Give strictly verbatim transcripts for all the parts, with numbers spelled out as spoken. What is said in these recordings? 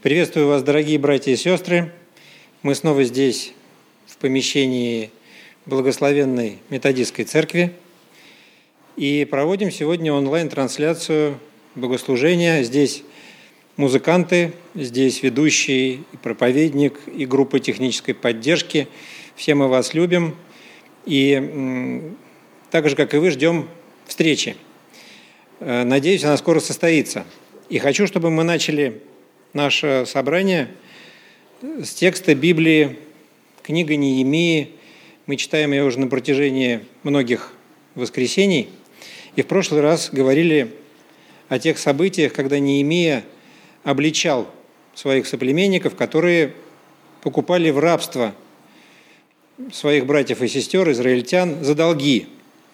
Приветствую вас, дорогие братья и сестры. Мы снова здесь, в помещении Благословенной Методистской Церкви, и проводим сегодня онлайн-трансляцию богослужения. Здесь музыканты, здесь ведущий и проповедник, и группа технической поддержки. Все мы вас любим, и так же, как и вы, ждем встречи. Надеюсь, она скоро состоится. И хочу, чтобы мы начали наше собрание с текста Библии, книга Неемии. Мы читаем ее уже на протяжении многих воскресений. И в прошлый раз говорили о тех событиях, когда Неемия обличал своих соплеменников, которые покупали в рабство своих братьев и сестер, израильтян, за долги.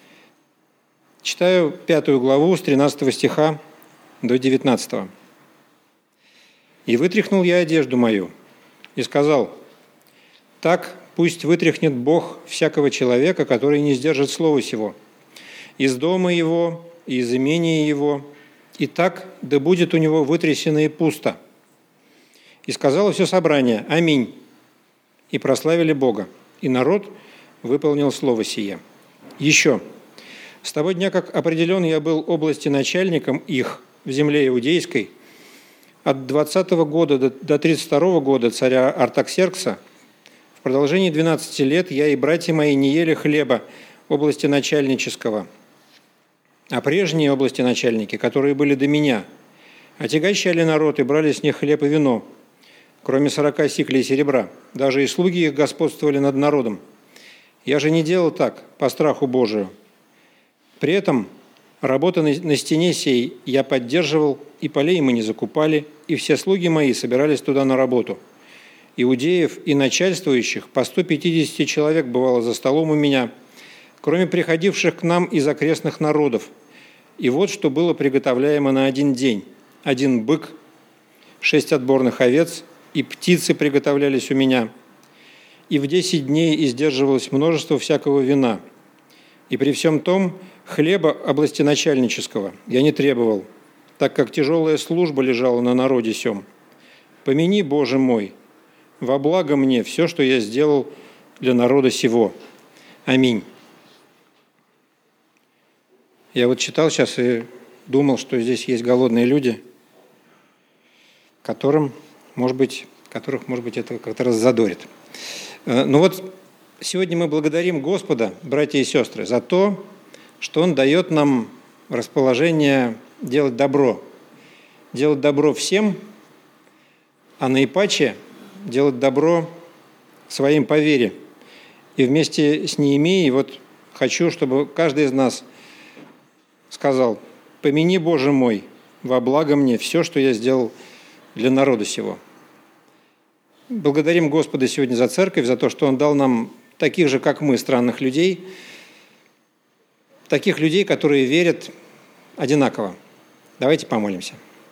Читаю пятую главу с тринадцатого стиха до девятнадцатого. «И вытряхнул я одежду мою, и сказал: так пусть вытряхнет Бог всякого человека, который не сдержит слова сего, из дома его и из имения его, и так да будет у него вытрясено и пусто. И сказало все собрание: аминь, и прославили Бога, и народ выполнил слово сие. Еще, с того дня, как определен я был области начальником их в земле иудейской, от двадцатого года до тридцать второго года царя Артаксеркса, в продолжении двенадцати лет я и братья мои не ели хлеба области начальнического, а прежние области начальники, которые были до меня, отягощали народ и брали с них хлеб и вино, кроме сорока сиклей серебра. Даже и слуги их господствовали над народом. Я же не делал так, по страху Божию. При этом работа на стене сей я поддерживал, и полей мы не закупали, и все слуги мои собирались туда на работу. Иудеев и начальствующих по сто пятьдесят человек бывало за столом у меня, кроме приходивших к нам из окрестных народов. И вот что было приготовляемо на один день. Один бык, шесть отборных овец, и птицы приготовлялись у меня. И в десять дней издерживалось множество всякого вина. И при всем том хлеба области начальнического я не требовал, так как тяжелая служба лежала на народе сем. Помяни, Боже мой, во благо мне все, что я сделал для народа сего. Аминь». Я вот читал сейчас и думал, что здесь есть голодные люди, которым, может быть, которых, может быть, это как-то раззадорит. Ну вот сегодня мы благодарим Господа, братья и сестры, за то, что Он дает нам расположение делать добро. Делать добро всем, а наипаче делать добро своим по вере. И вместе с Неемией вот хочу, чтобы каждый из нас сказал: «Помяни, Боже мой, во благо мне все, что я сделал для народа сего». Благодарим Господа сегодня за церковь, за то, что Он дал нам таких же, как мы, странных людей, таких людей, которые верят одинаково. Давайте помолимся.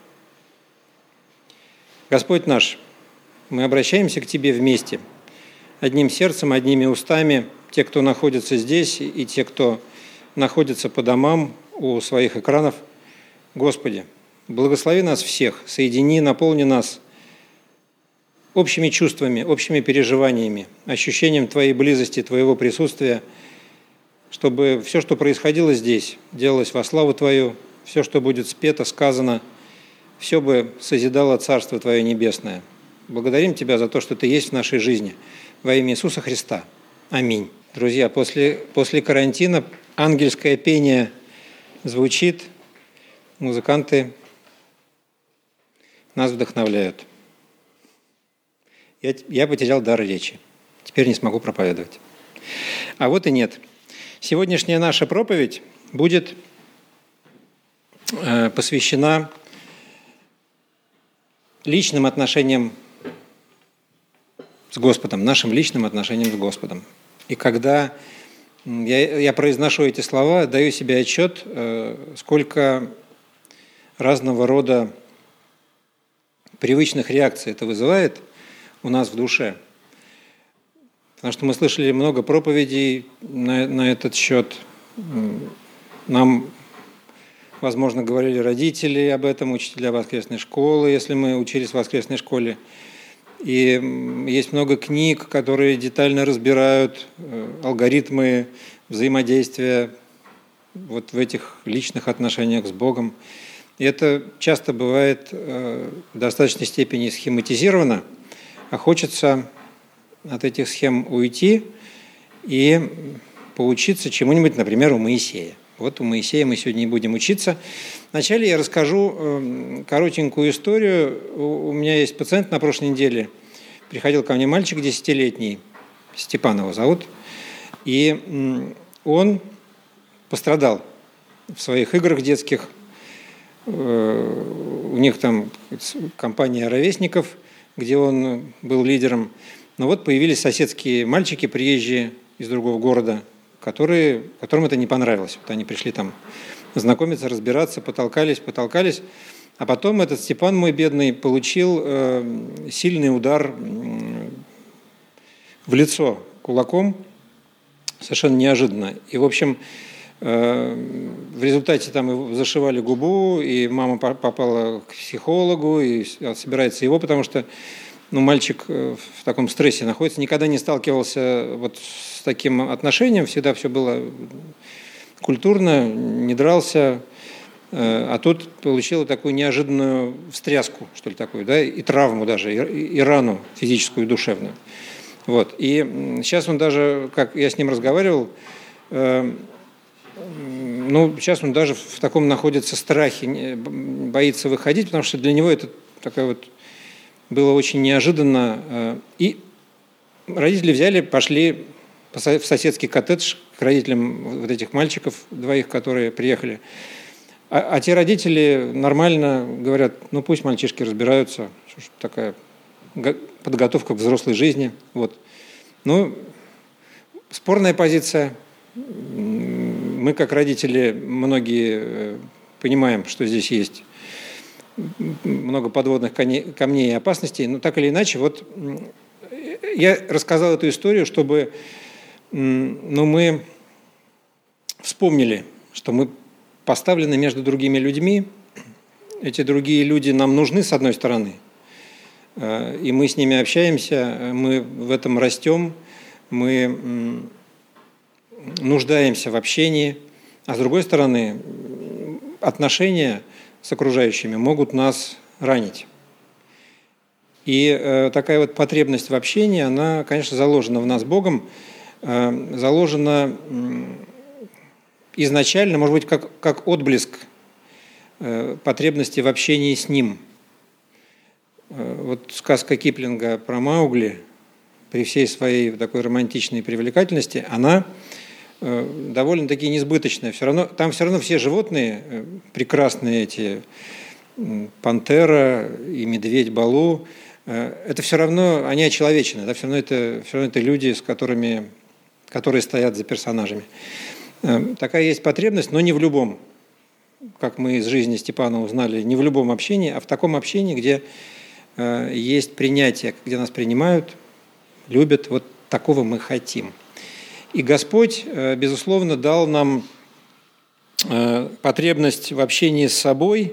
Господь наш, мы обращаемся к Тебе вместе, одним сердцем, одними устами, те, кто находится здесь, и те, кто находится по домам у своих экранов. Господи, благослови нас всех, соедини, наполни нас общими чувствами, общими переживаниями, ощущением Твоей близости, Твоего присутствия, чтобы все, что происходило здесь, делалось во славу Твою, все, что будет спето, сказано, все бы созидало Царство Твое Небесное. Благодарим Тебя за то, что Ты есть в нашей жизни. Во имя Иисуса Христа. Аминь. Друзья, после, после карантина ангельское пение звучит, музыканты нас вдохновляют. Я, я потерял дар речи. Теперь не смогу проповедовать. А вот и нет. Сегодняшняя наша проповедь будет э, посвящена личным отношениям с Господом, нашим личным отношениям с Господом. И когда я, я произношу эти слова, даю себе отчет, э, сколько разного рода привычных реакций это вызывает у нас в душе. Потому что мы слышали много проповедей на, на этот счет. Нам возможно, говорили родители об этом, учителя воскресной школы, если мы учились в воскресной школе. И есть много книг, которые детально разбирают алгоритмы взаимодействия вот в этих личных отношениях с Богом. И это часто бывает в достаточной степени схематизировано, а хочется от этих схем уйти и поучиться чему-нибудь, например, у Моисея. Вот у Моисея мы сегодня и будем учиться. Вначале я расскажу коротенькую историю. У меня есть пациент на прошлой неделе. Приходил ко мне мальчик десятилетний, Степан его зовут, и он пострадал в своих играх детских. У них там компания ровесников, где он был лидером. Но вот появились соседские мальчики, приезжие из другого города, которые, которым это не понравилось. Вот они пришли там знакомиться, разбираться, потолкались, потолкались. А потом этот Степан, мой бедный, получил э, сильный удар в лицо кулаком, совершенно неожиданно. И, в общем, э, в результате там зашивали губу, и мама попала к психологу, и собирается его, потому что ну, мальчик в таком стрессе находится, никогда не сталкивался вот с таким отношением, всегда все было культурно, не дрался, а тут получил такую неожиданную встряску, что ли, такую, да, и травму даже, и, и рану физическую, душевную. Вот. И сейчас он даже, как я с ним разговаривал, э, ну, сейчас он даже в таком находится страхе, боится выходить, потому что для него это такая вот было очень неожиданно. И родители взяли, пошли в соседский коттедж к родителям вот этих мальчиков, двоих, которые приехали. А, а те родители нормально говорят, ну пусть мальчишки разбираются, что ж такая подготовка к взрослой жизни. Вот. Ну, спорная позиция. Мы, как родители, многие понимаем, что здесь есть много подводных камней и опасностей, но так или иначе, вот я рассказал эту историю, чтобы ну, мы вспомнили, что мы поставлены между другими людьми, эти другие люди нам нужны с одной стороны, и мы с ними общаемся, мы в этом растем, мы нуждаемся в общении, а с другой стороны, отношения с окружающими могут нас ранить. И э, такая вот потребность в общении, она, конечно, заложена в нас Богом, э, заложена э, изначально, может быть, как, как отблеск э, потребности в общении с Ним. Э, вот сказка Киплинга про Маугли, при всей своей такой романтичной привлекательности, она довольно-таки несбыточная. Все равно, там все равно все животные, прекрасные эти, пантера и медведь Балу, это все равно, они очеловечены, да, все равно это, все равно это люди, с которыми, которые стоят за персонажами. Такая есть потребность, но не в любом, как мы из жизни Степана узнали, не в любом общении, а в таком общении, где есть принятие, где нас принимают, любят, вот такого мы хотим. И Господь, безусловно, дал нам потребность в общении с собой.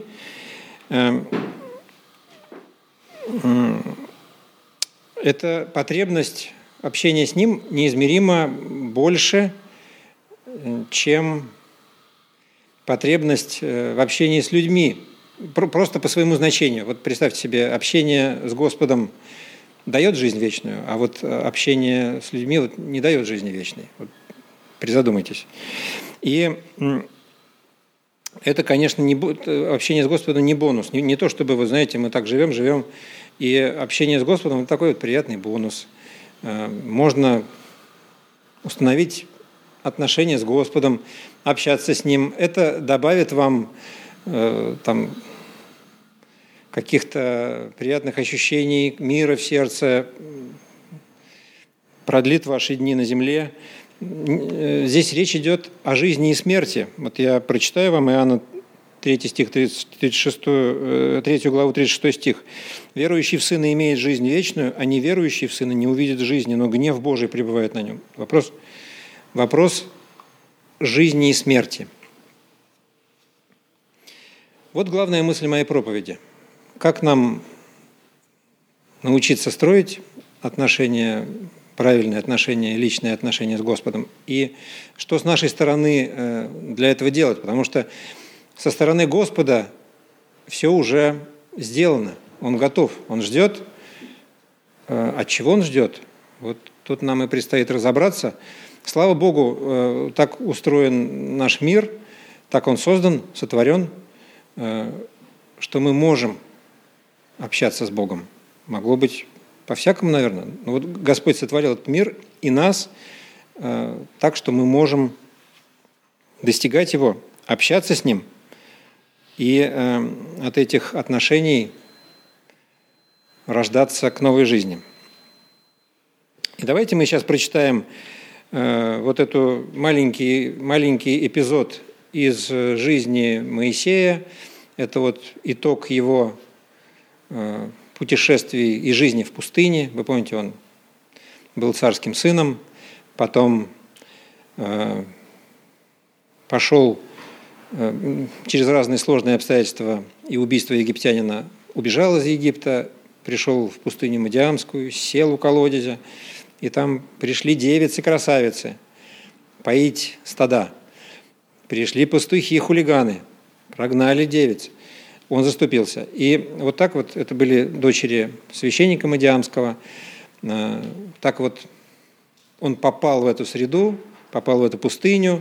Эта потребность общения с Ним неизмеримо больше, чем потребность в общении с людьми. Просто по своему значению. Вот представьте себе, общение с Господом дает жизнь вечную, а вот общение с людьми вот не дает жизни вечной. Вот призадумайтесь. И это, конечно, не, общение с Господом не бонус. Не, не то, чтобы, вы знаете, мы так живем, живем, и общение с Господом – это такой вот приятный бонус. Можно установить отношения с Господом, общаться с Ним. Это добавит вам там, каких-то приятных ощущений, мира в сердце, продлит ваши дни на земле. Здесь речь идет о жизни и смерти. Вот я прочитаю вам Иоанна третий стих, тридцать шесть, третью главу, тридцать шестой стих. «Верующий в Сына имеет жизнь вечную, а неверующий в Сына не увидит жизни, но гнев Божий пребывает на нем». Вопрос, вопрос жизни и смерти. Вот главная мысль моей проповеди. Как нам научиться строить отношения, правильные отношения, личные отношения с Господом, и что с нашей стороны для этого делать, потому что со стороны Господа все уже сделано, Он готов, Он ждет. От чего Он ждет? Вот тут нам и предстоит разобраться. Слава Богу, так устроен наш мир, так он создан, сотворен, что мы можем общаться с Богом. Могло быть по-всякому, наверное. Но вот Господь сотворил этот мир и нас так, что мы можем достигать Его, общаться с Ним. И от этих отношений рождаться к новой жизни. И давайте мы сейчас прочитаем э, вот этот маленький, маленький эпизод из жизни Моисея. Это вот итог его э, путешествий и жизни в пустыне. Вы помните, он был царским сыном, потом э, пошел э, через разные сложные обстоятельства и убийство египтянина, убежал из Египта, пришел в пустыню Мадиамскую, сел у колодезя, и там пришли девицы-красавицы поить стада. Пришли пастухи-хулиганы, прогнали девиц. Он заступился. И вот так вот, это были дочери священника Мадиамского, так вот он попал в эту среду, попал в эту пустыню,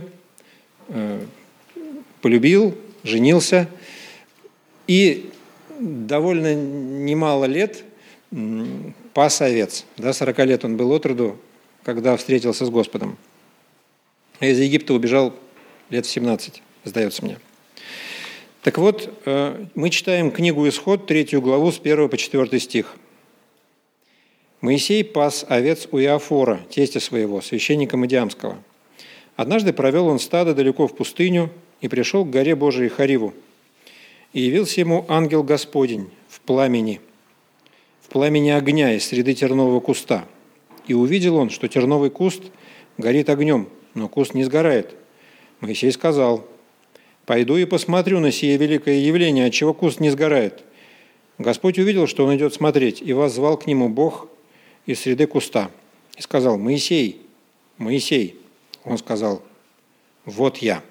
полюбил, женился, и довольно немало лет пас овец. До сорока лет он был от роду, когда встретился с Господом. А из Египта убежал лет в семнадцать, сдается мне. Так вот, мы читаем книгу «Исход», третью главу, с первого по четвёртый стих. «Моисей пас овец у Иофора, тестя своего, священника Мадиамского. Однажды провел он стадо далеко в пустыню и пришел к горе Божией Хариву. И явился ему ангел Господень в пламени, в пламени огня из среды тернового куста. И увидел он, что терновый куст горит огнем, но куст не сгорает. Моисей сказал: «Пойду и посмотрю на сие великое явление, отчего куст не сгорает». Господь увидел, что он идет смотреть, и воззвал к нему Бог из среды куста. И сказал: «Моисей, Моисей». Он сказал: «Вот я».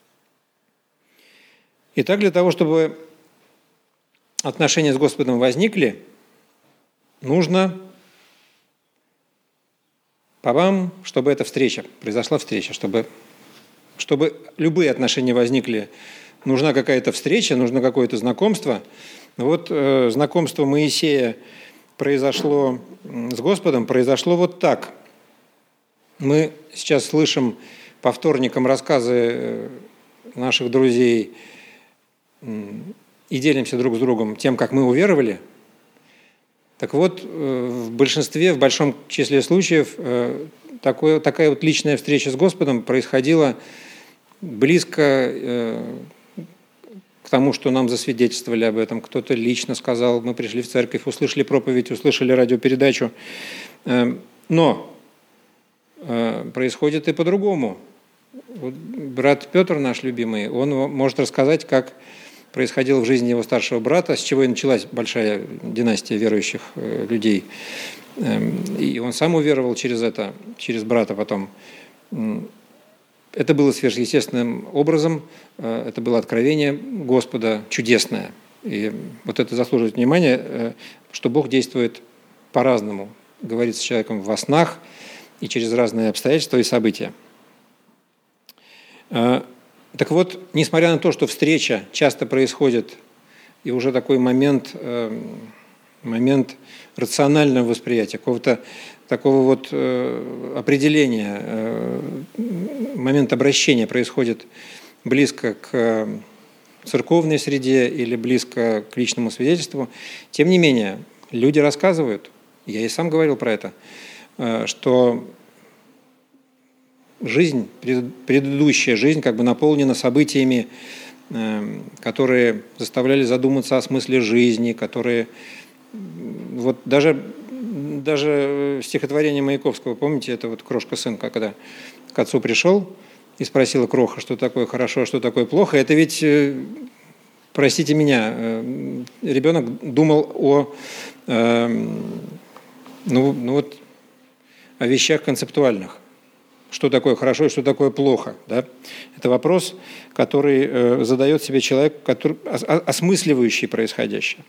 Итак, для того, чтобы отношения с Господом возникли, нужно, по вам, чтобы эта встреча, произошла встреча, чтобы, чтобы любые отношения возникли, нужна какая-то встреча, нужно какое-то знакомство. Вот э, знакомство Моисея произошло с Господом, произошло вот так. Мы сейчас слышим по вторникам рассказы наших друзей и делимся друг с другом тем, как мы уверовали. Так вот, в большинстве, в большом числе случаев такое, такая вот личная встреча с Господом происходила близко к тому, что нам засвидетельствовали об этом. Кто-то лично сказал, мы пришли в церковь, услышали проповедь, услышали радиопередачу. Но происходит и по-другому. Вот брат Петр, наш любимый, он может рассказать, как происходило в жизни его старшего брата, с чего и началась большая династия верующих людей. И он сам уверовал через это, через брата потом. Это было сверхъестественным образом, это было откровение Господа чудесное. И вот это заслуживает внимания, что Бог действует по-разному, говорит с человеком во снах и через разные обстоятельства и события. Так вот, несмотря на то, что встреча часто происходит, и уже такой момент, момент рационального восприятия, какого-то такого вот определения, момент обращения происходит близко к церковной среде или близко к личному свидетельству, тем не менее, люди рассказывают, я и сам говорил про это, что жизнь, предыдущая жизнь как бы наполнена событиями, которые заставляли задуматься о смысле жизни, которые... Вот даже, даже стихотворение Маяковского, помните, это вот «Крошка сын», когда к отцу пришел и спросила Кроха, что такое хорошо, а что такое плохо. Это ведь простите меня, ребенок думал о, ну, ну вот, о вещах концептуальных. Что такое хорошо и что такое плохо. Да? Это вопрос, который задает себе человек, который, осмысливающий происходящее.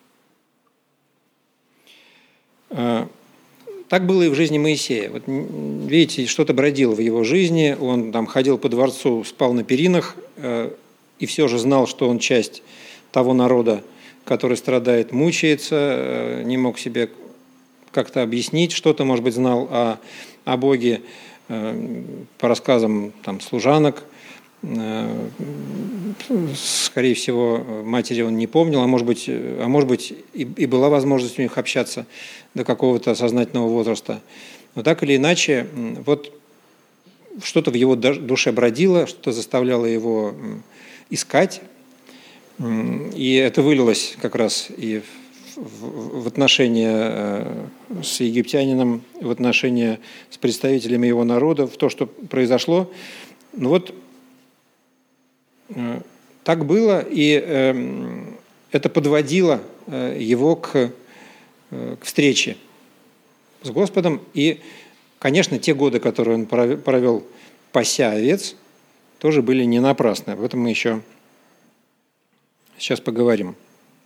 Так было и в жизни Моисея. Вот, видите, что-то бродило в его жизни, он там ходил по дворцу, спал на перинах, э, и все же знал, что он часть того народа, который страдает, мучается, э, не мог себе как-то объяснить, что-то, может быть, знал о, о Боге э, по рассказам там, служанок. Э, скорее всего, матери он не помнил, а может быть, а может быть и, и была возможность у них общаться до какого-то сознательного возраста. Но так или иначе, вот что-то в его душе бродило, что-то заставляло его искать. И это вылилось как раз и в, в отношения с египтянином, в отношения с представителями его народа, в то, что произошло. Ну вот так было, и э, это подводило э, его к, э, к встрече с Господом. И, конечно, те годы, которые он провел пася овец, тоже были не напрасны. Об этом мы еще сейчас поговорим.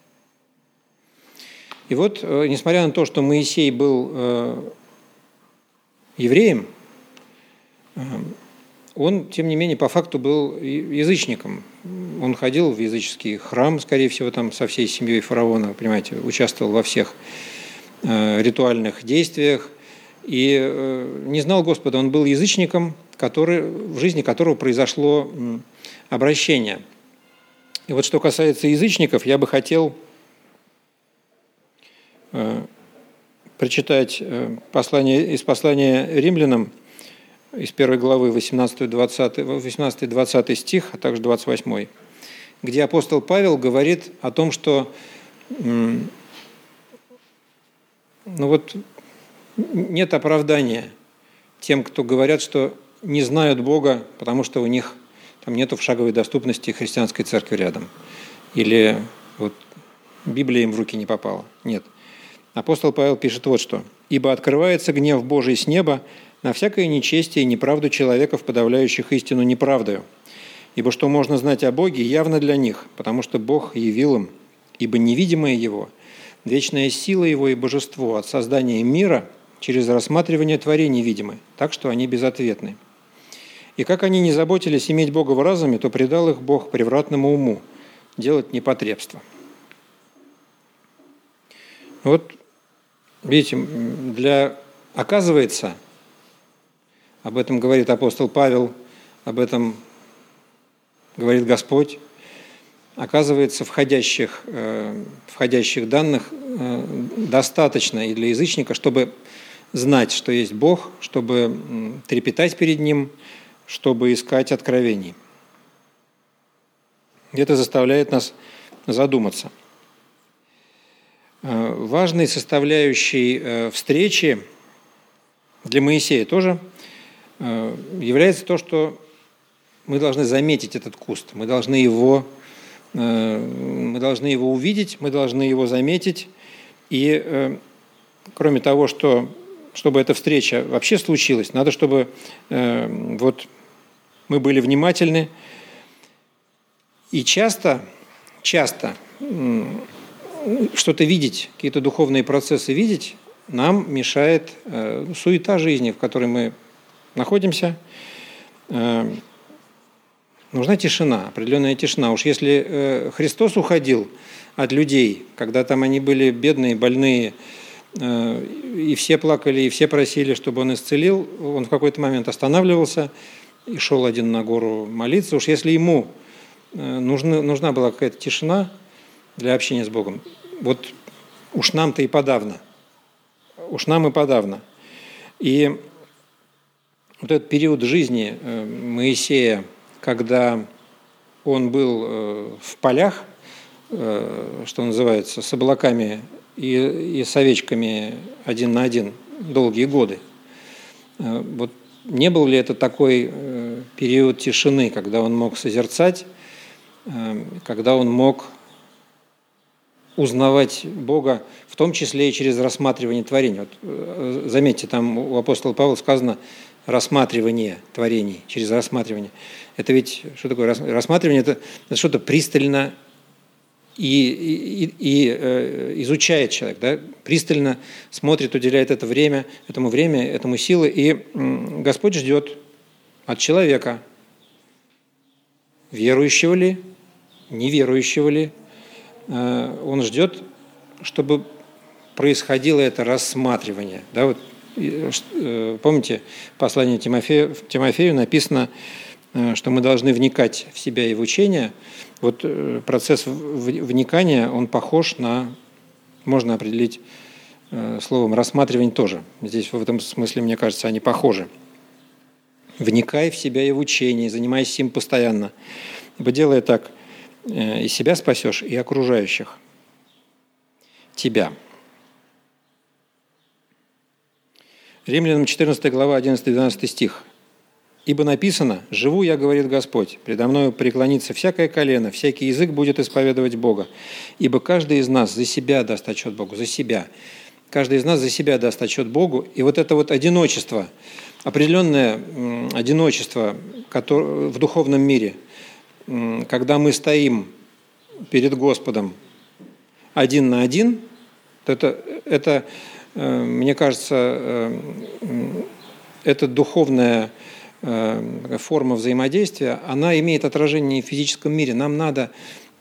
И вот, э, несмотря на то, что Моисей был э, евреем, э, он, тем не менее, по факту был язычником. Он ходил в языческий храм, скорее всего, там со всей семьей фараона, понимаете, участвовал во всех э, ритуальных действиях и э, не знал Господа. Он был язычником, который, в жизни которого произошло э, обращение. И вот что касается язычников, я бы хотел э, прочитать э, послание, из послания римлянам, из первой главы восемнадцатый-двадцатый стих, а также двадцать восьмой, где апостол Павел говорит о том, что ну вот, нет оправдания тем, кто говорят, что не знают Бога, потому что у них там нету в шаговой доступности христианской церкви рядом. Или вот Библия им в руки не попала. Нет. Апостол Павел пишет вот что. «Ибо открывается гнев Божий с неба на всякое нечестие и неправду человеков, подавляющих истину неправдою. Ибо что можно знать о Боге, явно для них, потому что Бог явил им, ибо невидимое Его, вечная сила Его и божество от создания мира через рассматривание творений видимы, так что они безответны. И как они не заботились иметь Бога в разуме, то предал их Бог превратному уму делать непотребство». Вот, видите, для, оказывается, об этом говорит апостол Павел, об этом говорит Господь. Оказывается, входящих, э, входящих данных э, достаточно и для язычника, чтобы знать, что есть Бог, чтобы трепетать перед Ним, чтобы искать откровений. Это заставляет нас задуматься. Э, важной составляющей э, встречи для Моисея тоже является то, что мы должны заметить этот куст, мы должны его, мы должны его увидеть, мы должны его заметить. И кроме того, что, чтобы эта встреча вообще случилась, надо, чтобы вот, мы были внимательны. И часто, часто что-то видеть, какие-то духовные процессы видеть, нам мешает суета жизни, в которой мы находимся. Нужна тишина, определенная тишина. Уж если Христос уходил от людей, когда там они были бедные, больные, и все плакали, и все просили, чтобы Он исцелил, Он в какой-то момент останавливался и шел один на гору молиться. Уж если Ему нужна, нужна была какая-то тишина для общения с Богом, вот уж нам-то и подавно. Уж нам и подавно. И вот этот период жизни Моисея, когда он был в полях, что называется, с облаками и, и с овечками один на один долгие годы, вот не был ли это такой период тишины, когда он мог созерцать когда он мог узнавать Бога, в том числе и через рассматривание творений. Вот, заметьте, там у апостола Павла сказано рассматривание творений, через рассматривание. Это ведь что такое рассматривание? Это, это что-то пристально и, и, и э, изучает человек, да? Пристально смотрит, уделяет это время, этому время, этому силы. И м, Господь ждет от человека, верующего ли, неверующего ли, э, Он ждет, чтобы происходило это рассматривание. Да, вот, э, помните, в послании Тимофею, Тимофею написано, э, что мы должны вникать в себя и в учение. Вот э, процесс вникания, он похож на, можно определить э, словом рассматривание тоже. Здесь в этом смысле, мне кажется, они похожи. Вникай в себя и в учение, занимайся им постоянно. Ибо делая так, э, и себя спасешь, и окружающих тебя. Римлянам четырнадцатая глава, одиннадцатый-двенадцатый стих. «Ибо написано, живу я, говорит Господь, предо мною преклонится всякое колено, всякий язык будет исповедовать Бога. Ибо каждый из нас за себя даст отчет Богу, за себя. Каждый из нас за себя даст отчет Богу». И вот это вот одиночество, определенное одиночество в духовном мире, когда мы стоим перед Господом один на один, это, это мне кажется, это духовная форма взаимодействия, она имеет отражение в физическом мире. Нам надо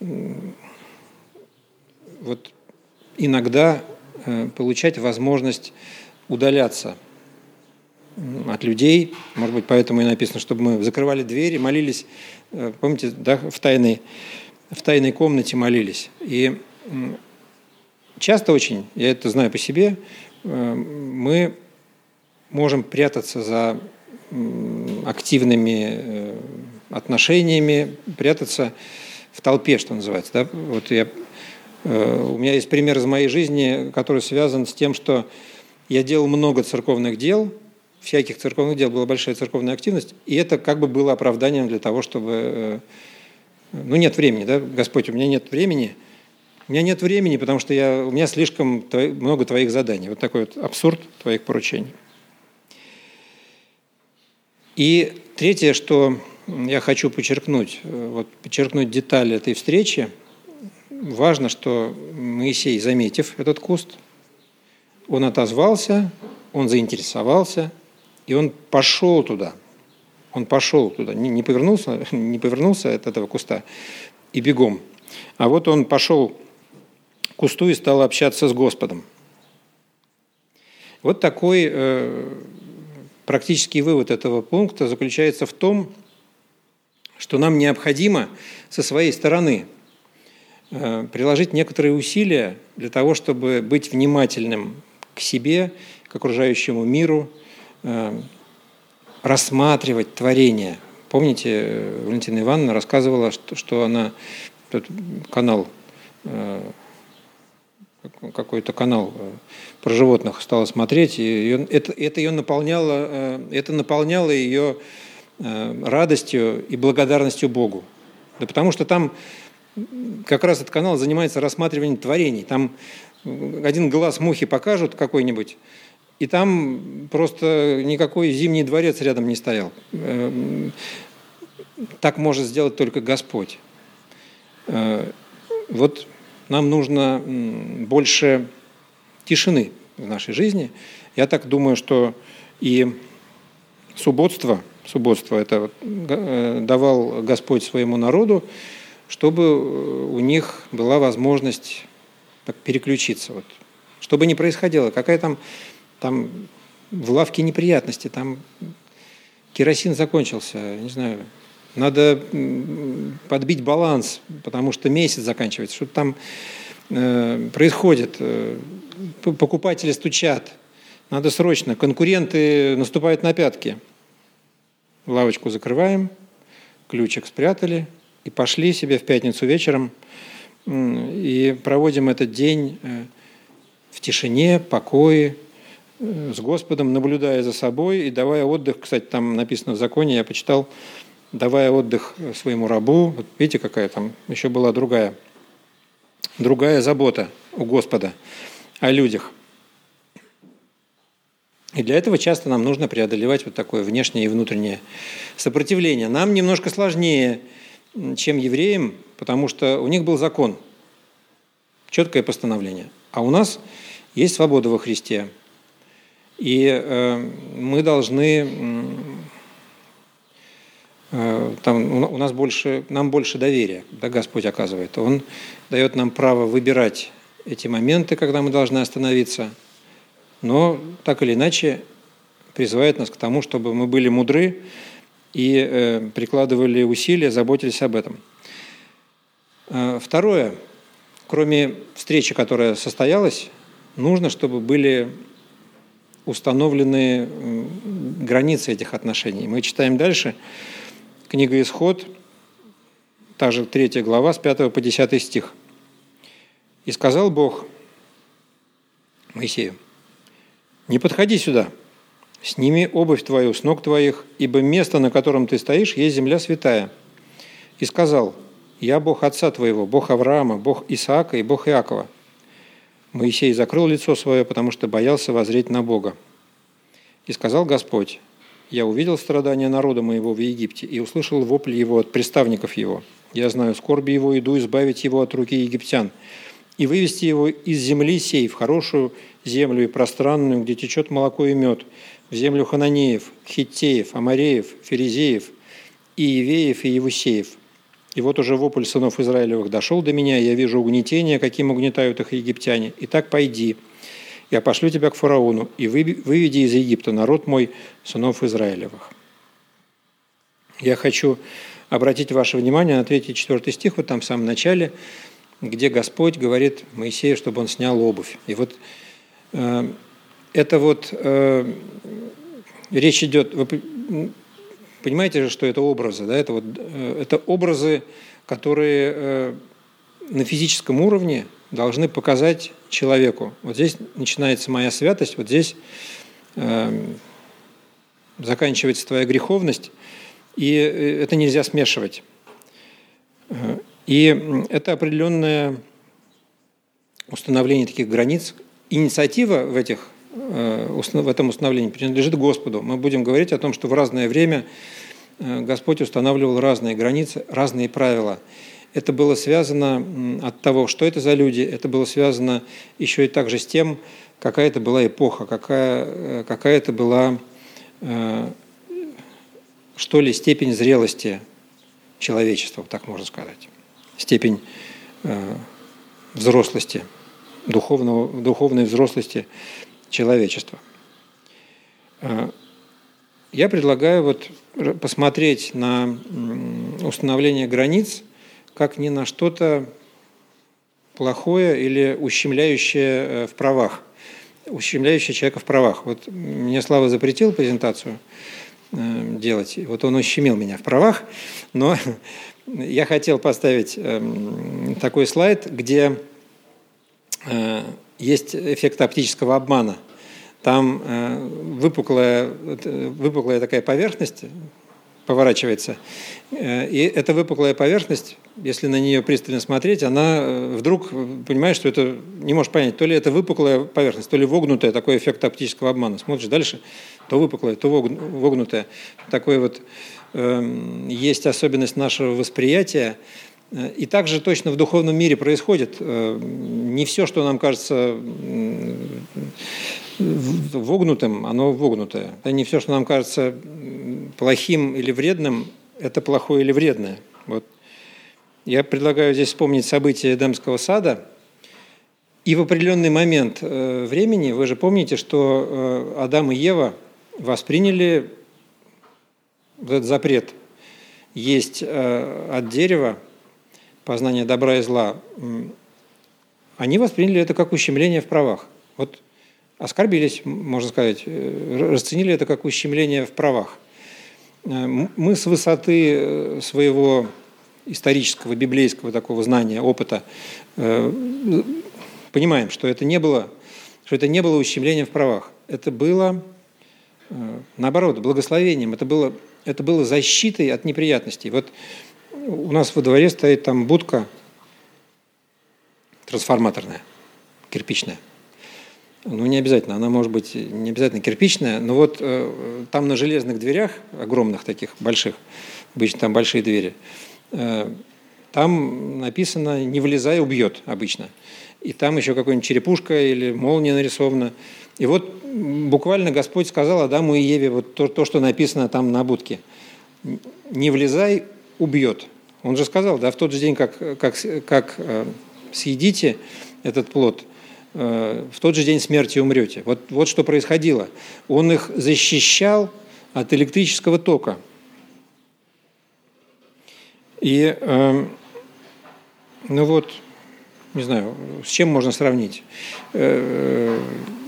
вот иногда получать возможность удаляться от людей. Может быть, поэтому и написано, чтобы мы закрывали двери, молились, помните, да, в тайной, в тайной комнате молились. И часто очень, я это знаю по себе, мы можем прятаться за активными отношениями, прятаться в толпе, что называется. Да? Вот я, у меня есть пример из моей жизни, который связан с тем, что я делал много церковных дел, всяких церковных дел, была большая церковная активность, и это как бы было оправданием для того, чтобы... Ну, нет времени, да, Господь, у меня нет времени, у меня нет времени, потому что я, у меня слишком много твоих заданий. Вот такой вот абсурд твоих поручений. И третье, что я хочу подчеркнуть, вот подчеркнуть деталь этой встречи, важно, что Моисей, заметив этот куст, он отозвался, он заинтересовался, и он пошел туда. Он пошел туда, не, не повернулся, не повернулся от этого куста и бегом. А вот он пошел к кусту и стал общаться с Господом. Вот такой э, практический вывод этого пункта заключается в том, что нам необходимо со своей стороны э, приложить некоторые усилия для того, чтобы быть внимательным к себе, к окружающему миру, э, рассматривать творение. Помните, Валентина Ивановна рассказывала, что, что она, тот канал, э, какой-то канал про животных стала смотреть, и ее, это, это ее наполняло, э, это наполняло ее э, радостью и благодарностью Богу. Да потому что там как раз этот канал занимается рассматриванием творений. Там один глаз мухи покажут какой-нибудь, и там просто никакой Зимний дворец рядом не стоял. Так может сделать только Господь. Вот нам нужно больше тишины в нашей жизни. Я так думаю, что и субботство, субботство это давал Господь своему народу, чтобы у них была возможность так переключиться. Вот. Что бы ни происходило, какая там Там в лавке неприятности, там керосин закончился, не знаю, надо подбить баланс, потому что месяц заканчивается, что-то там э, происходит, э, покупатели стучат, надо срочно, конкуренты наступают на пятки. Лавочку закрываем, ключик спрятали и пошли себе в пятницу вечером э, и проводим этот день э, в тишине, покое, с Господом, наблюдая за собой и давая отдых. Кстати, там написано в законе, я почитал, давая отдых своему рабу. Вот видите, какая там еще была другая, другая забота у Господа о людях. И для этого часто нам нужно преодолевать вот такое внешнее и внутреннее сопротивление. Нам немножко сложнее, чем евреям, потому что у них был закон, четкое постановление. А у нас есть свобода во Христе. И э, мы должны, э, там, у нас больше, нам больше доверия, да, Господь оказывает. Он дает нам право выбирать эти моменты, когда мы должны остановиться, но так или иначе призывает нас к тому, чтобы мы были мудры и э, прикладывали усилия, заботились об этом. Э, второе, кроме встречи, которая состоялась, нужно, чтобы были установлены границы этих отношений. Мы читаем дальше, книга «Исход», та же третья глава, с пятого по десятый стих. «И сказал Бог Моисею: не подходи сюда, сними обувь твою с ног твоих, ибо место, на котором ты стоишь, есть земля святая. И сказал: я Бог отца твоего, Бог Авраама, Бог Исаака и Бог Иакова. Моисей закрыл лицо свое, потому что боялся воззреть на Бога. И сказал Господь: я увидел страдания народа моего в Египте и услышал вопль его от приставников его. Я знаю скорби его, иду избавить его от руки египтян и вывести его из земли сей в хорошую землю и пространную, где течет молоко и мед, в землю хананеев, хиттеев, амореев, ферезеев, иевеев и евусеев. И вот уже вопль сынов Израилевых дошел до меня, и я вижу угнетение, каким угнетают их египтяне. Итак, пойди, я пошлю тебя к фараону, и выведи из Египта народ мой, сынов Израилевых». Я хочу обратить ваше внимание на третий и четвертый стих, вот там в самом начале, где Господь говорит Моисею, чтобы он снял обувь. И вот э, это вот э, речь идет... Вы понимаете же, что это образы, да? Это, вот, э, это образы, которые э, на физическом уровне должны показать человеку. Вот здесь начинается моя святость, вот здесь э, заканчивается твоя греховность, и это нельзя смешивать. И это определенное установление таких границ. Инициатива в, этих, в этом установлении принадлежит Господу. Мы будем говорить о том, что в разное время Господь устанавливал разные границы, разные правила. Это было связано от того, что это за люди, это было связано еще и также с тем, какая это была эпоха, какая, какая это была, что ли, степень зрелости человечества, так можно сказать, степень взрослости, духовного, духовной взрослости человечества. Я предлагаю вот посмотреть на установление границ как не на что-то плохое или ущемляющее в правах, ущемляющее человека в правах. Вот мне Слава запретил презентацию делать, вот он ущемил меня в правах, но я хотел поставить такой слайд, где есть эффект оптического обмана. Там выпуклая, выпуклая такая поверхность поворачивается, и эта выпуклая поверхность, если на нее пристально смотреть, она вдруг понимает, что это, не можешь понять, то ли это выпуклая поверхность, то ли вогнутая, такой эффект оптического обмана. Смотришь дальше, то выпуклая, то вогнутая. Такой вот э, есть особенность нашего восприятия. И также точно в духовном мире происходит. Не все, что нам кажется вогнутым, оно вогнутое. Не все, что нам кажется плохим или вредным, это плохое или вредное. Вот. Я предлагаю здесь вспомнить события Эдемского сада. И в определенный момент времени, вы же помните, что Адам и Ева восприняли этот запрет есть от дерева познания добра и зла. Они восприняли это как ущемление в правах. Вот оскорбились, можно сказать, расценили это как ущемление в правах. Мы с высоты своего исторического, библейского такого знания, опыта понимаем, что это не было, что это не было ущемление в правах. Это было наоборот, благословением. Это было, это было защитой от неприятностей. Вот у нас во дворе стоит там будка трансформаторная, кирпичная. Ну, не обязательно, она может быть не обязательно кирпичная, но вот э, там на железных дверях, огромных таких, больших, обычно там большие двери, э, там написано «не влезай, убьет» обычно. И там еще какая-нибудь черепушка или молния нарисована. И вот буквально Господь сказал Адаму и Еве вот то, то, что написано там на будке. «Не влезай, убьет». Он же сказал, да, в тот же день, как, как, как э, съедите этот плод, в тот же день смерти умрете. Вот, вот что происходило. Он их защищал от электрического тока. И, э, ну вот, не знаю, с чем можно сравнить. Э,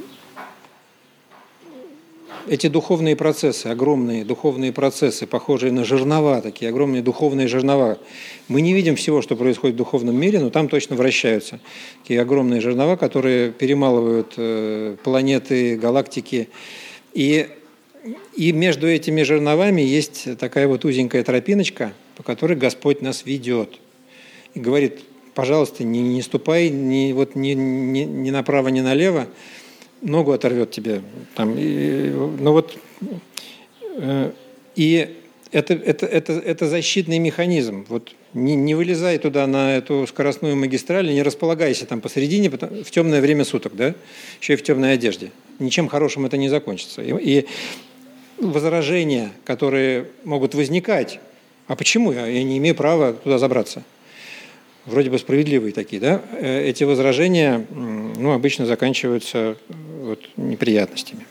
эти духовные процессы, огромные духовные процессы, похожие на жернова, такие огромные духовные жернова. Мы не видим всего, что происходит в духовном мире, но там точно вращаются такие огромные жернова, которые перемалывают э, планеты, галактики. И, и между этими жерновами есть такая вот узенькая тропиночка, по которой Господь нас ведет. И говорит, пожалуйста, не, не ступай ни, вот, ни, ни, ни направо, ни налево, ногу оторвет тебе. Там, и, ну вот, э, и это, это, это, это защитный механизм. Вот не, не вылезай туда на эту скоростную магистраль, не располагайся там посередине в темное время суток, да? Еще и в темной одежде. Ничем хорошим это не закончится. И, и возражения, которые могут возникать, а почему я, я не имею права туда забраться? Вроде бы справедливые такие, да? Эти возражения, ну, обычно заканчиваются вот, неприятностями.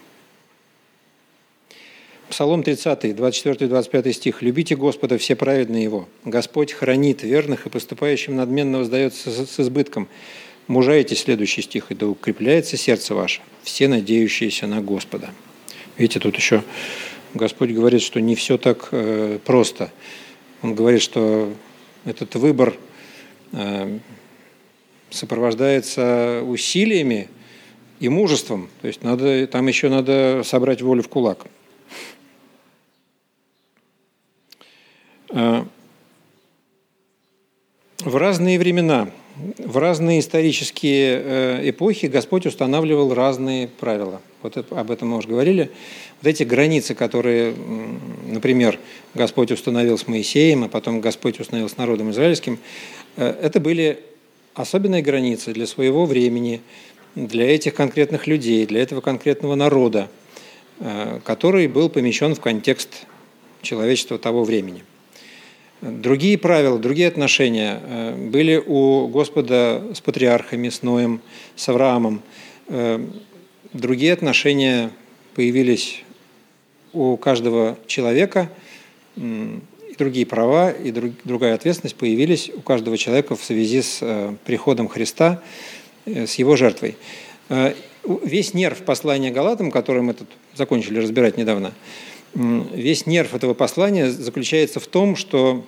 Псалом тридцатый, двадцать четвёртый двадцать пятый стих. «Любите Господа, все праведные Его. Господь хранит верных, и поступающим надменно воздается с избытком. Мужайте», следующий стих, «и да укрепляется сердце ваше, все надеющиеся на Господа». Видите, тут еще Господь говорит, что не все так э, просто. Он говорит, что этот выбор э, сопровождается усилиями и мужеством. То есть надо, там еще надо собрать волю в кулак. В разные времена, в разные исторические эпохи Господь устанавливал разные правила. Вот об этом мы уже говорили. Вот эти границы, которые, например, Господь установил с Моисеем, а потом Господь установил с народом израильским, это были особенные границы для своего времени, для этих конкретных людей, для этого конкретного народа, который был помещен в контекст человечества того времени. Другие правила, другие отношения были у Господа с патриархами, с Ноем, с Авраамом. Другие отношения появились у каждого человека, и другие права, и другая ответственность появились у каждого человека в связи с приходом Христа, с его жертвой. Весь нерв послания Галатам, который мы тут закончили разбирать недавно, весь нерв этого послания заключается в том, что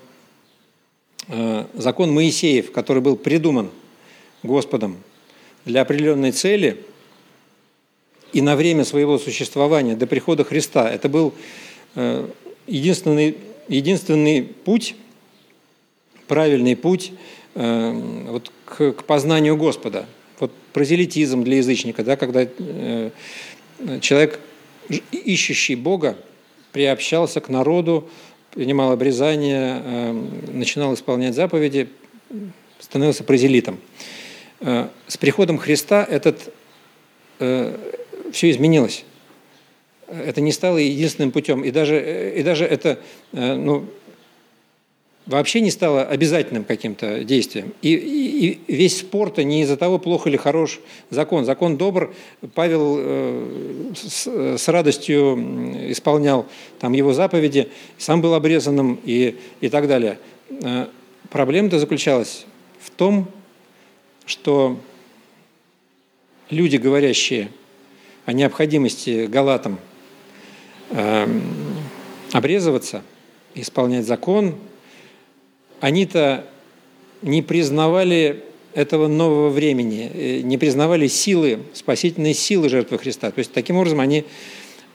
закон Моисеев, который был придуман Господом для определенной цели и на время своего существования до прихода Христа, это был единственный, единственный путь, правильный путь вот, к, к познанию Господа. Вот прозелитизм для язычника, да, когда человек, ищущий Бога, приобщался к народу, принимал обрезание, начинал исполнять заповеди, становился прозелитом. С приходом Христа этот, все изменилось. Это не стало единственным путем. И даже, и даже это ну, вообще не стало обязательным каким-то действием. И, и, и весь спор-то не из-за того, плох или хорош закон. Закон добр. Павел э, с, с радостью исполнял там, его заповеди, сам был обрезанным и, и так далее. Э, проблема-то заключалась в том, что люди, говорящие о необходимости галатам э, обрезываться, исполнять закон, они-то не признавали этого нового времени, не признавали силы, спасительной силы жертвы Христа. То есть, таким образом, они ну,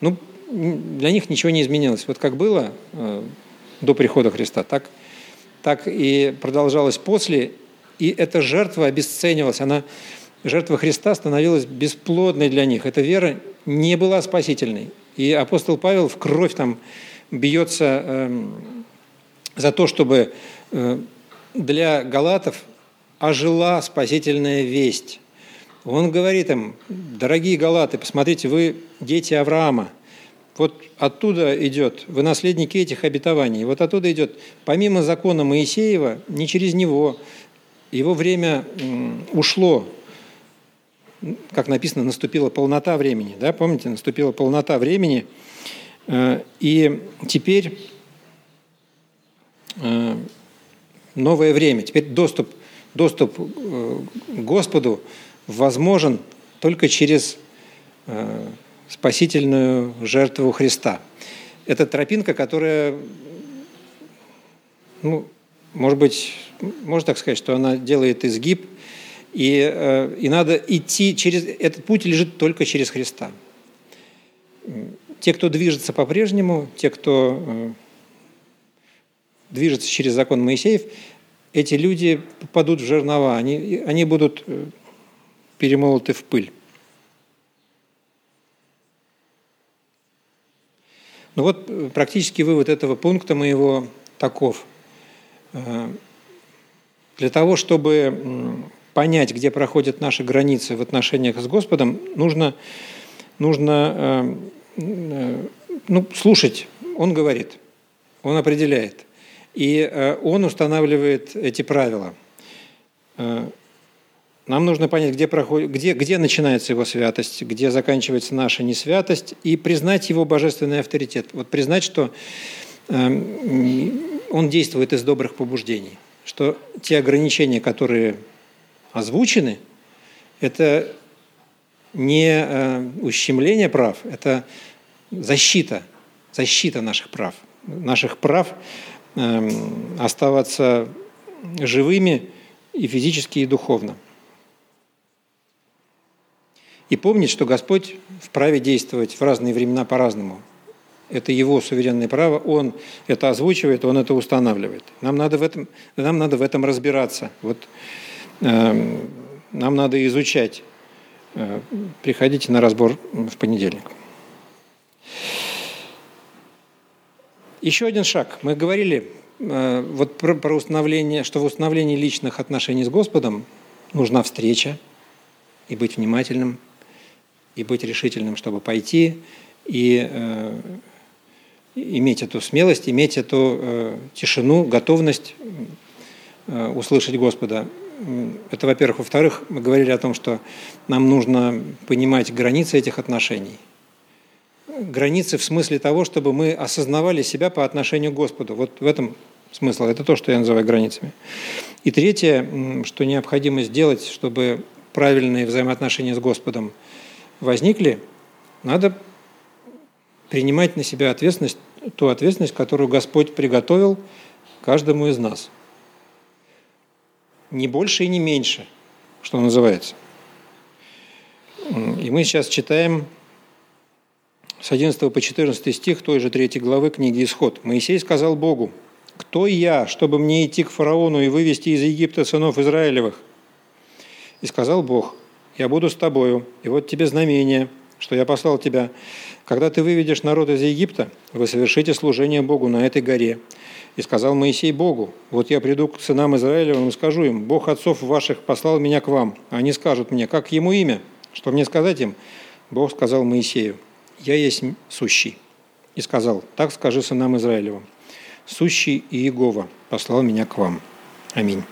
для них ничего не изменилось. Вот как было до прихода Христа, так, так и продолжалось после. И эта жертва обесценивалась. Она, жертва Христа становилась бесплодной для них. Эта вера не была спасительной. И апостол Павел в кровь там бьется э, за то, чтобы э, для галатов ожила спасительная весть. Он говорит им: дорогие галаты, посмотрите, вы дети Авраама. Вот оттуда идет, вы наследники этих обетований. Вот оттуда идет, помимо закона Моисеева, не через него, его время ушло. Как написано, наступила полнота времени. Да? Помните, наступила полнота времени. И теперь новое время. Теперь доступ, доступ к Господу возможен только через спасительную жертву Христа. Это тропинка, которая, ну, может быть, можно так сказать, что она делает изгиб, и, и надо идти через... Этот путь лежит только через Христа. Те, кто движется по-прежнему, те, кто движется через закон Моисеев, эти люди попадут в жернова, они, они будут перемолоты в пыль. Ну вот практически вывод этого пункта моего таков. Для того, чтобы понять, где проходят наши границы в отношениях с Господом, нужно, нужно ну, слушать. Он говорит, Он определяет. И Он устанавливает эти правила. Нам нужно понять, где, проходит, где, где начинается Его святость, где заканчивается наша несвятость, и признать Его божественный авторитет. Вот признать, что Он действует из добрых побуждений, что те ограничения, которые озвучены, это не ущемление прав, это защита, защита наших прав, наших прав оставаться живыми и физически, и духовно. И помнить, что Господь вправе действовать в разные времена по-разному. Это Его суверенное право, Он это озвучивает, Он это устанавливает. Нам надо в этом, нам надо в этом разбираться. Вот, э, нам надо изучать. Э, приходите на разбор в понедельник. Еще один шаг. Мы говорили э, вот про, про установление, что в установлении личных отношений с Господом нужна встреча, и быть внимательным, и быть решительным, чтобы пойти, и э, иметь эту смелость, иметь эту э, тишину, готовность э, услышать Господа. Это, во-первых. Во-вторых, мы говорили о том, что нам нужно понимать границы этих отношений. Границы в смысле того, чтобы мы осознавали себя по отношению к Господу. Вот в этом смысл. Это то, что я называю границами. И третье, что необходимо сделать, чтобы правильные взаимоотношения с Господом возникли, надо принимать на себя ответственность, ту ответственность, которую Господь приготовил каждому из нас. Не больше и не меньше, что называется. И мы сейчас читаем с одиннадцатого по четырнадцатый стих той же третьей главы книги «Исход». Моисей сказал Богу: «Кто я, чтобы мне идти к фараону и вывести из Египта сынов Израилевых?» И сказал Бог: «Я буду с тобою, и вот тебе знамение, что я послал тебя. Когда ты выведешь народ из Египта, вы совершите служение Богу на этой горе». И сказал Моисей Богу: «Вот я приду к сынам Израилевым и скажу им: Бог отцов ваших послал меня к вам. Они скажут мне: как ему имя? Что мне сказать им?» Бог сказал Моисею: «Я есть сущий». И сказал: «Так скажи сынам Израилевым: сущий Иегова послал меня к вам. Аминь».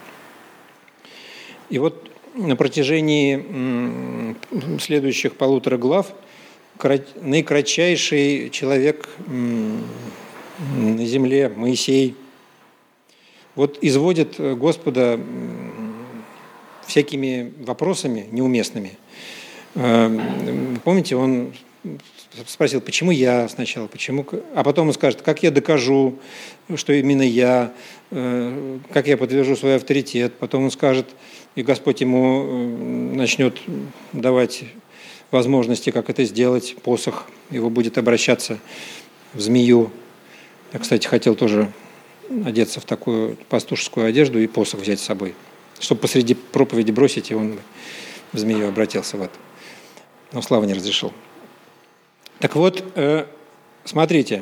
И вот на протяжении следующих полутора глав наикратчайший человек на земле, Моисей, вот изводит Господа всякими вопросами неуместными. Помните, он спросил, почему я сначала, почему, а потом он скажет, как я докажу, что именно я, как я подтвержу свой авторитет. Потом он скажет, и Господь ему начнет давать возможности, как это сделать. Посох его будет обращаться в змею. Я, кстати, хотел тоже одеться в такую пастушескую одежду и посох взять с собой, чтобы посреди проповеди бросить, и он в змею обратился. Вот. Но Слава не разрешил. Так вот, смотрите,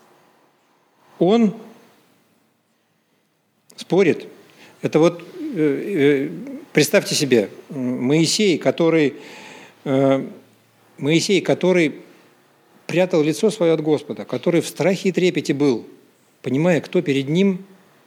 он спорит. Это вот, представьте себе, Моисей, который, Моисей, который прятал лицо свое от Господа, который в страхе и трепете был, понимая, кто перед ним,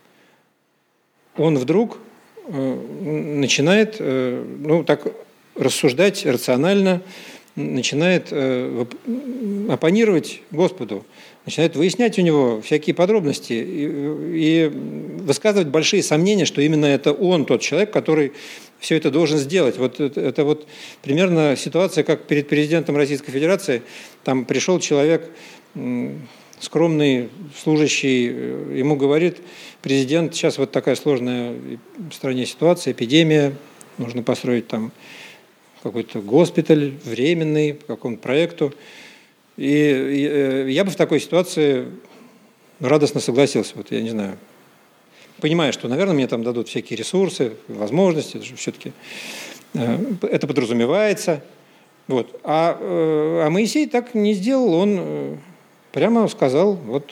он вдруг начинает, ну, так рассуждать рационально, начинает оппонировать Господу, начинает выяснять у него всякие подробности и, и высказывать большие сомнения, что именно это он, тот человек, который все это должен сделать. Вот это, это вот примерно ситуация, как перед президентом Российской Федерации. Там пришел человек, скромный служащий, ему говорит президент: сейчас вот такая сложная в стране ситуация, эпидемия, нужно построить там какой-то госпиталь временный по какому-то проекту. И я бы в такой ситуации радостно согласился. Вот я не знаю, понимаю, что, наверное, мне там дадут всякие ресурсы, возможности, все-таки это подразумевается. Вот. А, а Моисей так не сделал, он прямо сказал: вот,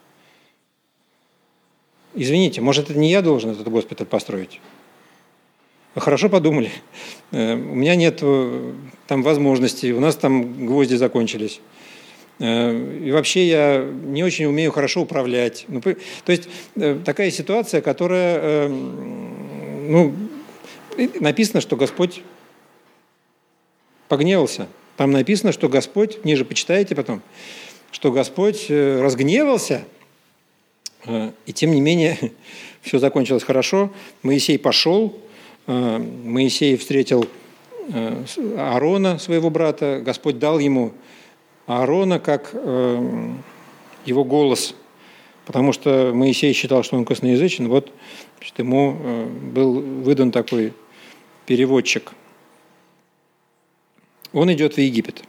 извините, может, это не я должен этот госпиталь построить? Вы хорошо подумали. У меня нет там возможностей, у нас там гвозди закончились. И вообще я не очень умею хорошо управлять. Ну, то есть такая ситуация, которая, ну, написано, что Господь погневался. Там написано, что Господь, ниже почитаете потом, что Господь разгневался, и тем не менее все закончилось хорошо. Моисей пошел, Моисей встретил Аарона, своего брата, Господь дал ему Аарона как его голос, потому что Моисей считал, что он косноязычен, вот значит, ему был выдан такой переводчик. Он идет в Египет.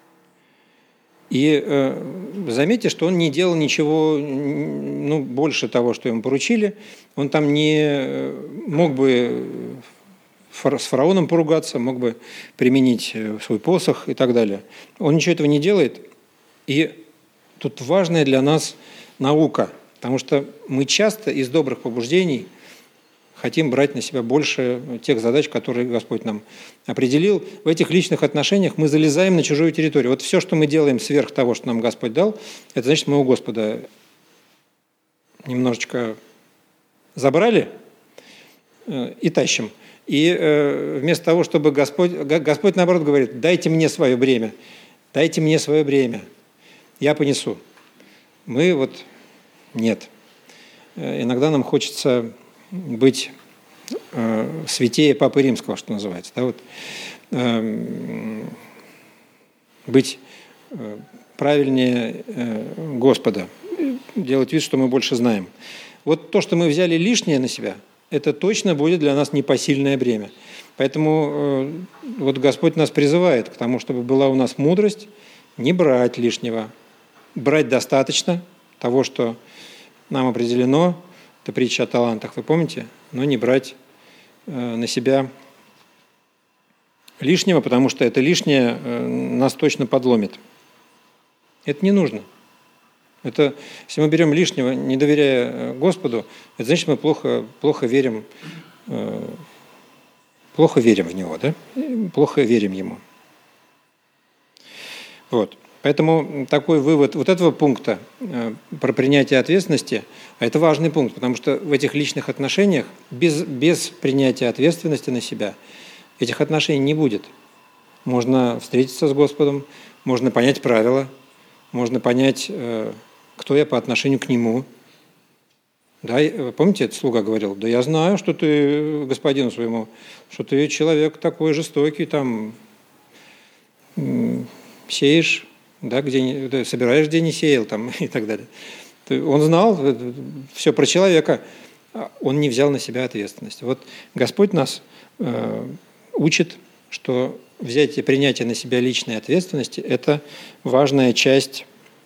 И э, заметьте, что он не делал ничего, ну, больше того, что ему поручили. Он там не мог бы с фараоном поругаться, мог бы применить свой посох и так далее. Он ничего этого не делает. И тут важная для нас наука, потому что мы часто из добрых побуждений хотим брать на себя больше тех задач, которые Господь нам определил. В этих личных отношениях мы залезаем на чужую территорию. Вот все, что мы делаем сверх того, что нам Господь дал, это значит, мы у Господа немножечко забрали и тащим. И вместо того, чтобы Господь, Господь наоборот говорит: дайте мне свое бремя, дайте мне свое бремя, я понесу. Мы вот нет. Иногда нам хочется быть э, святее Папы Римского, что называется, да, вот, э, быть э, правильнее э, Господа, делать вид, что мы больше знаем. Вот то, что мы взяли лишнее на себя, это точно будет для нас непосильное бремя. Поэтому э, вот Господь нас призывает к тому, чтобы была у нас мудрость не брать лишнего, брать достаточно того, что нам определено. Это притча о талантах, вы помните? Но не брать э, на себя лишнего, потому что это лишнее э, нас точно подломит. Это не нужно. Это, если мы берем лишнего, не доверяя Господу, это значит, мы плохо, плохо верим, э, плохо верим в Него, да? Плохо верим Ему. Вот. Поэтому такой вывод вот этого пункта э, про принятие ответственности, а это важный пункт, потому что в этих личных отношениях без, без принятия ответственности на себя этих отношений не будет. Можно встретиться с Господом, можно понять правила, можно понять, э, кто я по отношению к Нему. Да, помните, этот слуга говорил: да я знаю, что ты господину своему, что ты человек такой жестокий, там, сеешь, да, где да, собираешь, где не сеял, там, и так далее. Он знал все про человека, он не взял на себя ответственность. Вот Господь нас э, учит что взятие, принятие на себя личной ответственности – это важная часть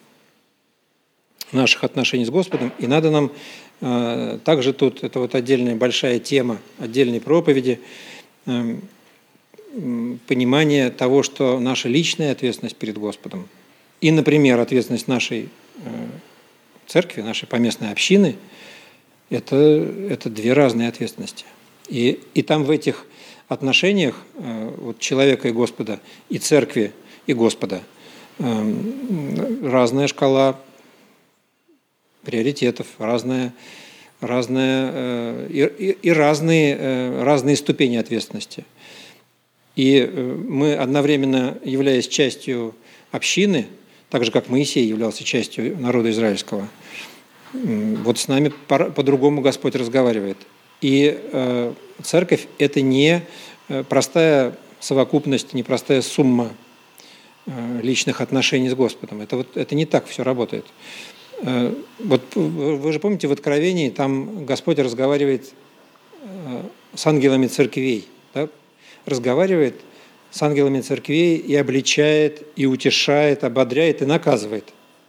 наших отношений с Господом. И надо нам э, также тут, это вот отдельная большая тема, отдельной проповеди, э, понимание того, что наша личная ответственность перед Господом и, например, ответственность нашей э, церкви, нашей поместной общины – это, это две разные ответственности. И, и там в этих отношениях э, вот человека и Господа, и церкви и Господа э, разная шкала приоритетов, разная, разная, э, и, и разные, э, разные ступени ответственности. И э, мы одновременно, являясь частью общины, так же, как Моисей являлся частью народа израильского, э, вот с нами по- по-другому Господь разговаривает. И э, церковь – это не простая совокупность, не простая сумма э, личных отношений с Господом. Это, вот, это не так все работает. Э, вот вы же помните, в Откровении там Господь разговаривает э, с ангелами церквей, да? Разговаривает с ангелами церквей и обличает, и утешает, ободряет и наказывает.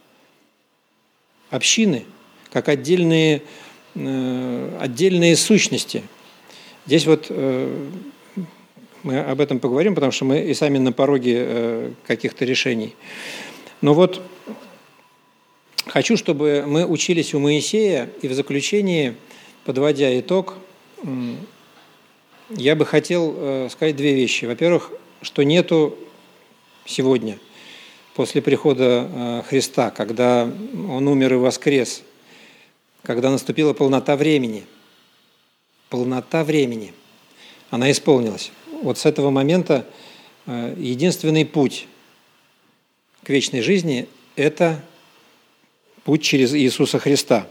Общины, как отдельные отдельные сущности. Здесь вот э, мы об этом поговорим, потому что мы и сами на пороге э, каких-то решений. Но вот хочу, чтобы мы учились у Моисея, и в заключении, подводя итог, э, я бы хотел э, сказать две вещи. Во-первых, что нету сегодня, после прихода э, Христа, когда Он умер и воскрес, когда наступила полнота времени. Полнота времени. Она исполнилась. Вот с этого момента единственный путь к вечной жизни – это путь через Иисуса Христа.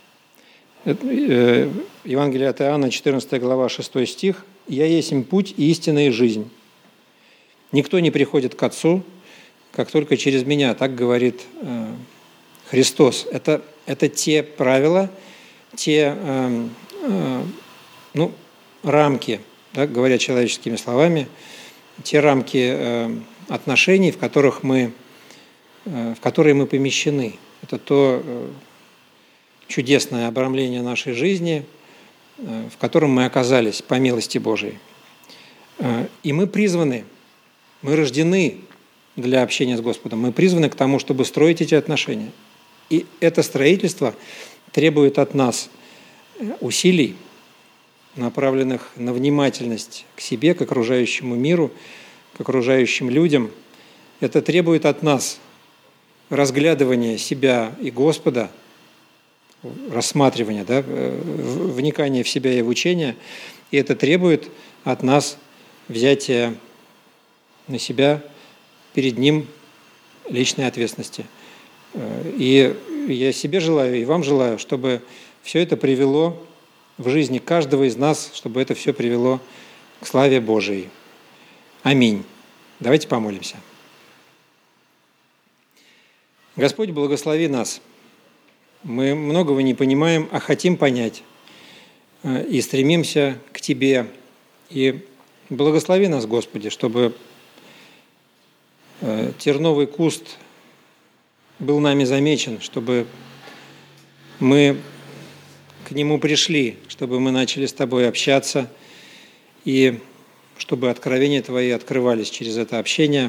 Евангелие от Иоанна, четырнадцатая глава, шестой стих. «Я есть путь, истина и жизнь. Никто не приходит к Отцу, как только через Меня». Так говорит Христос. Это Это те правила, те э, э, ну, рамки, да, говоря человеческими словами, те рамки э, отношений, в, которых мы, э, в которые мы помещены. Это то э, чудесное обрамление нашей жизни, э, в котором мы оказались по милости Божией. Э, и мы призваны, мы рождены для общения с Господом, мы призваны к тому, чтобы строить эти отношения. И это строительство требует от нас усилий, направленных на внимательность к себе, к окружающему миру, к окружающим людям. Это требует от нас разглядывания себя и Господа, рассматривания, да, вникания в себя и в учение. И это требует от нас взятия на себя перед Ним личной ответственности. И я себе желаю, и вам желаю, чтобы все это привело в жизни каждого из нас, чтобы это все привело к славе Божией. Аминь. Давайте помолимся. Господь, благослови нас. Мы многого не понимаем, а хотим понять. И стремимся к Тебе. И благослови нас, Господи, чтобы терновый куст был нами замечен, чтобы мы к нему пришли, чтобы мы начали с Тобой общаться, и чтобы откровения Твои открывались через это общение.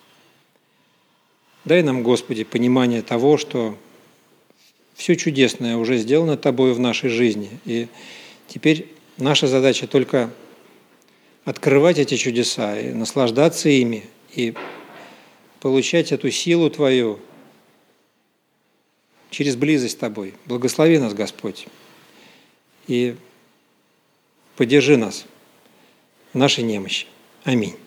Дай нам, Господи, понимание того, что все чудесное уже сделано Тобой в нашей жизни, и теперь наша задача только открывать эти чудеса и наслаждаться ими, и получать эту силу Твою через близость с Тобой. Благослови нас, Господь, и поддержи нас в нашей немощи. Аминь.